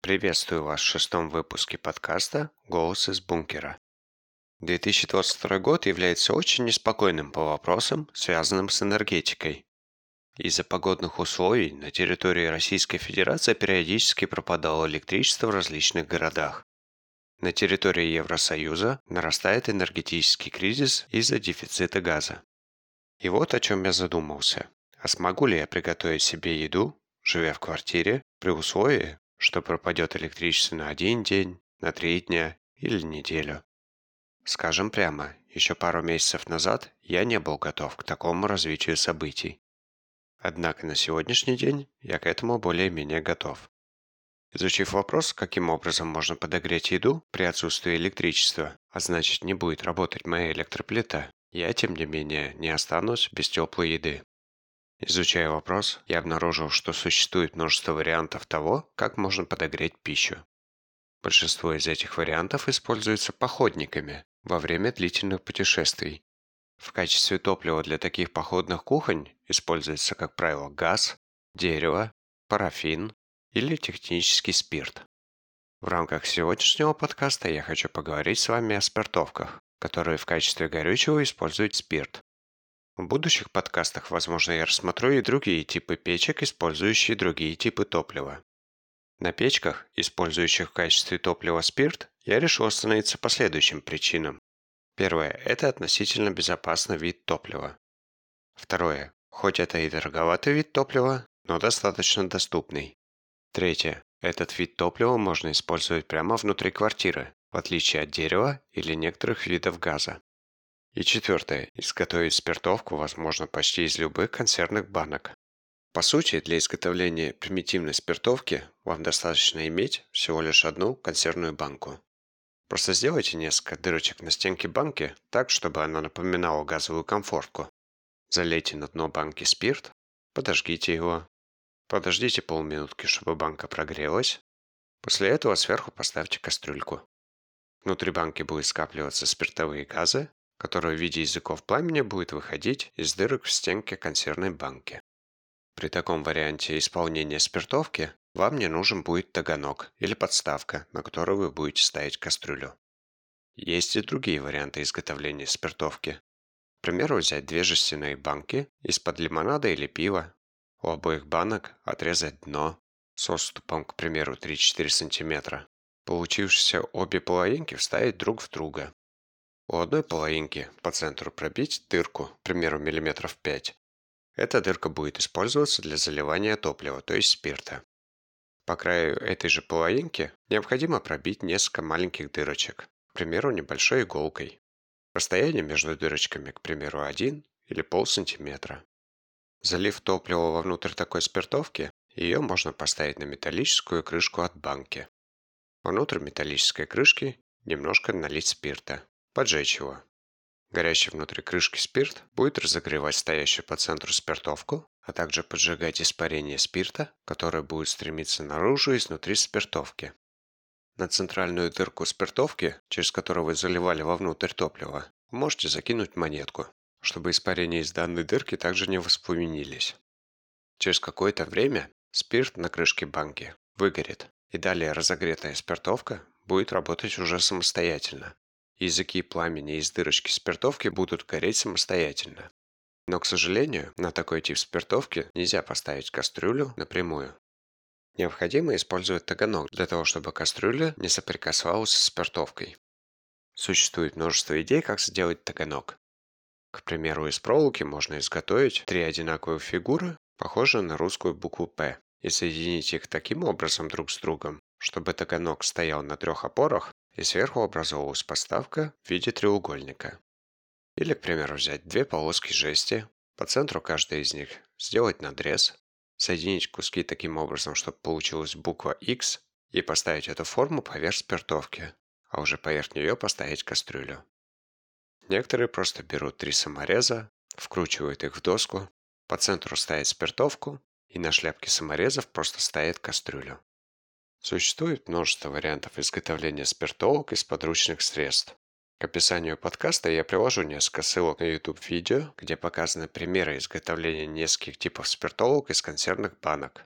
Приветствую вас в шестом выпуске подкаста «Голос из бункера». 2022 год является очень неспокойным по вопросам, связанным с энергетикой. Из-за погодных условий на территории Российской Федерации периодически пропадало электричество в различных городах. На территории Евросоюза нарастает энергетический кризис из-за дефицита газа. И вот о чем я задумался. А смогу ли я приготовить себе еду, живя в квартире, при условии, что пропадет электричество на один день, на 3 дня или неделю? Скажем прямо, еще пару месяцев назад я не был готов к такому развитию событий. Однако на сегодняшний день я к этому более-менее готов. Изучив вопрос, каким образом можно подогреть еду при отсутствии электричества, а значит не будет работать моя электроплита, я, тем не менее, не останусь без теплой еды. Изучая вопрос, я обнаружил, что существует множество вариантов того, как можно подогреть пищу. Большинство из этих вариантов используются походниками во время длительных путешествий. В качестве топлива для таких походных кухонь используется, как правило, газ, дерево, парафин или технический спирт. В рамках сегодняшнего подкаста я хочу поговорить с вами о спиртовках, которые в качестве горючего используют спирт. В будущих подкастах, возможно, я рассмотрю и другие типы печек, использующие другие типы топлива. На печках, использующих в качестве топлива спирт, я решил остановиться по следующим причинам. Первое – это относительно безопасный вид топлива. Второе – хоть это и дороговатый вид топлива, но достаточно доступный. Третье – этот вид топлива можно использовать прямо внутри квартиры, в отличие от дерева или некоторых видов газа. И четвертое. Изготовить спиртовку возможно почти из любых консервных банок. По сути, для изготовления примитивной спиртовки вам достаточно иметь всего лишь одну консервную банку. Просто сделайте несколько дырочек на стенке банки так, чтобы она напоминала газовую конфорку. Залейте на дно банки спирт, подожгите его. Подождите полминутки, чтобы банка прогрелась. После этого сверху поставьте кастрюльку. Внутри банки будут скапливаться спиртовые газы, который в виде языков пламени будет выходить из дырок в стенке консервной банки. При таком варианте исполнения спиртовки вам не нужен будет таганок или подставка, на которую вы будете ставить кастрюлю. Есть и другие варианты изготовления спиртовки. К примеру, взять две жестяные банки из-под лимонада или пива. У обоих банок отрезать дно с отступом, к примеру, 3-4 см. Получившиеся обе половинки вставить друг в друга. У одной половинки по центру пробить дырку, к примеру, миллиметров 5. Эта дырка будет использоваться для заливания топлива, то есть спирта. По краю этой же половинки необходимо пробить несколько маленьких дырочек, к примеру, небольшой иголкой. Расстояние между дырочками, к примеру, 1 или полсантиметра. Залив топливо вовнутрь такой спиртовки, ее можно поставить на металлическую крышку от банки. Внутрь металлической крышки немножко налить спирта. Поджечь его. Горящий внутри крышки спирт будет разогревать стоящую по центру спиртовку, а также поджигать испарение спирта, которое будет стремиться наружу изнутри спиртовки. На центральную дырку спиртовки, через которую вы заливали вовнутрь топлива, вы можете закинуть монетку, чтобы испарения из данной дырки также не воспламенились. Через какое-то время спирт на крышке банки выгорит, и далее разогретая спиртовка будет работать уже самостоятельно. Языки пламени из дырочки спиртовки будут гореть самостоятельно. Но, к сожалению, на такой тип спиртовки нельзя поставить кастрюлю напрямую. Необходимо использовать таганок для того, чтобы кастрюля не соприкасалась с спиртовкой. Существует множество идей, как сделать таганок. К примеру, из проволоки можно изготовить три одинаковые фигуры, похожие на русскую букву «П», и соединить их таким образом друг с другом, чтобы таганок стоял на трех опорах и сверху образовалась подставка в виде треугольника. Или, к примеру, взять две полоски жести, по центру каждой из них сделать надрез, соединить куски таким образом, чтобы получилась буква X, и поставить эту форму поверх спиртовки, а уже поверх нее поставить кастрюлю. Некоторые просто берут три самореза, вкручивают их в доску, по центру ставят спиртовку, и на шляпке саморезов просто ставят кастрюлю. Существует множество вариантов изготовления спиртовок из подручных средств. К описанию подкаста я приложу несколько ссылок на YouTube-видео, где показаны примеры изготовления нескольких типов спиртовок из консервных банок.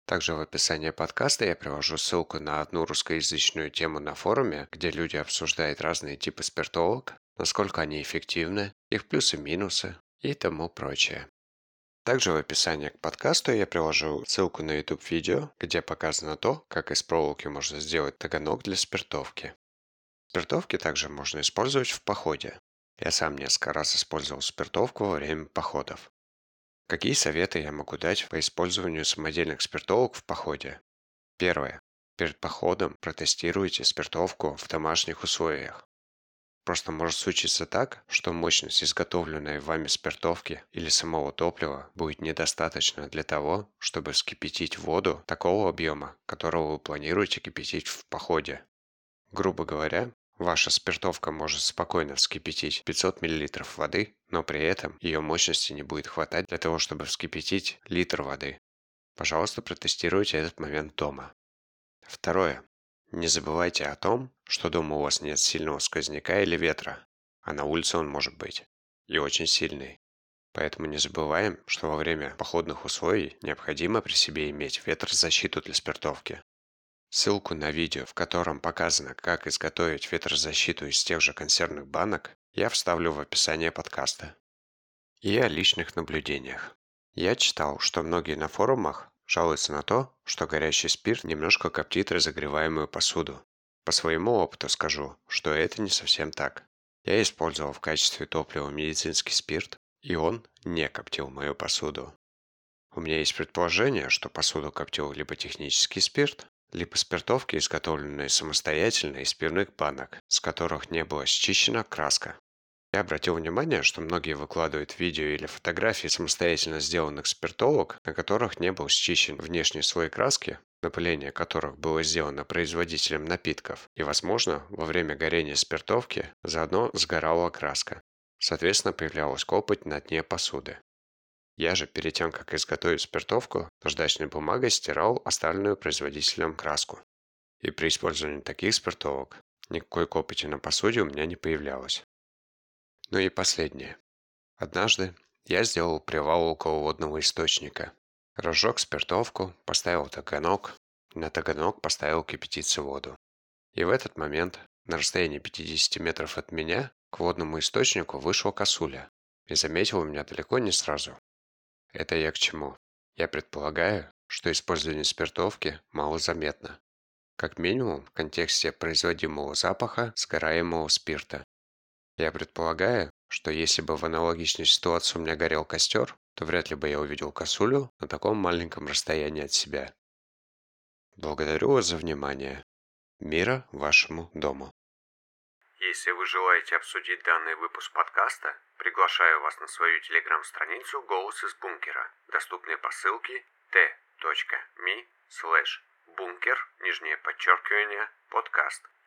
Также в описании подкаста я привожу ссылку на одну русскоязычную тему на форуме, где люди обсуждают разные типы спиртовок, насколько они эффективны, их плюсы-минусы и тому прочее. Также в описании к подкасту я приложу ссылку на YouTube-видео, где показано то, как из проволоки можно сделать таганок для спиртовки. Спиртовки также можно использовать в походе. Я сам несколько раз использовал спиртовку во время походов. Какие советы я могу дать по использованию самодельных спиртовок в походе? Первое. Перед походом протестируйте спиртовку в домашних условиях. Просто может случиться так, что мощность изготовленной вами спиртовки или самого топлива будет недостаточно для того, чтобы вскипятить воду такого объема, которого вы планируете кипятить в походе. Грубо говоря, ваша спиртовка может спокойно вскипятить 500 мл воды, но при этом ее мощности не будет хватать для того, чтобы вскипятить литр воды. Пожалуйста, протестируйте этот момент дома. Второе. Не забывайте о том, что дома у вас нет сильного сквозняка или ветра, а на улице он может быть. И очень сильный. Поэтому не забываем, что во время походных условий необходимо при себе иметь ветрозащиту для спиртовки. Ссылку на видео, в котором показано, как изготовить ветрозащиту из тех же консервных банок, я вставлю в описание подкаста. И о личных наблюдениях. Я читал, что многие на форумах жалуются на то, что горящий спирт немножко коптит разогреваемую посуду. По своему опыту скажу, что это не совсем так. Я использовал в качестве топлива медицинский спирт, и он не коптил мою посуду. У меня есть предположение, что посуду коптил либо технический спирт, либо спиртовки, изготовленные самостоятельно из пивных банок, с которых не была счищена краска. Я обратил внимание, что многие выкладывают видео или фотографии самостоятельно сделанных спиртовок, на которых не был счищен внешний слой краски, напыление которых было сделано производителем напитков, и, возможно, во время горения спиртовки заодно сгорала краска. Соответственно, появлялась копоть на дне посуды. Я же перед тем, как изготовить спиртовку, наждачной бумагой стирал оставленную производителем краску. И при использовании таких спиртовок никакой копоти на посуде у меня не появлялось. Ну и последнее. Однажды я сделал привал около водного источника. Разжег спиртовку, поставил таганок, на таганок поставил кипятиться воду. И в этот момент, на расстоянии 50 метров от меня, к водному источнику вышел косуля и заметил меня далеко не сразу. Это я к чему? Я предполагаю, что использование спиртовки малозаметно. Как минимум в контексте производимого запаха сгораемого спирта. Я предполагаю, что если бы в аналогичной ситуации у меня горел костер, то вряд ли бы я увидел косулю на таком маленьком расстоянии от себя. Благодарю вас за внимание. Мира вашему дому. Если вы желаете обсудить данный выпуск подкаста, приглашаю вас на свою телеграм-страницу «Голос из бункера», доступные по ссылке t.me/bunker, _подкаст.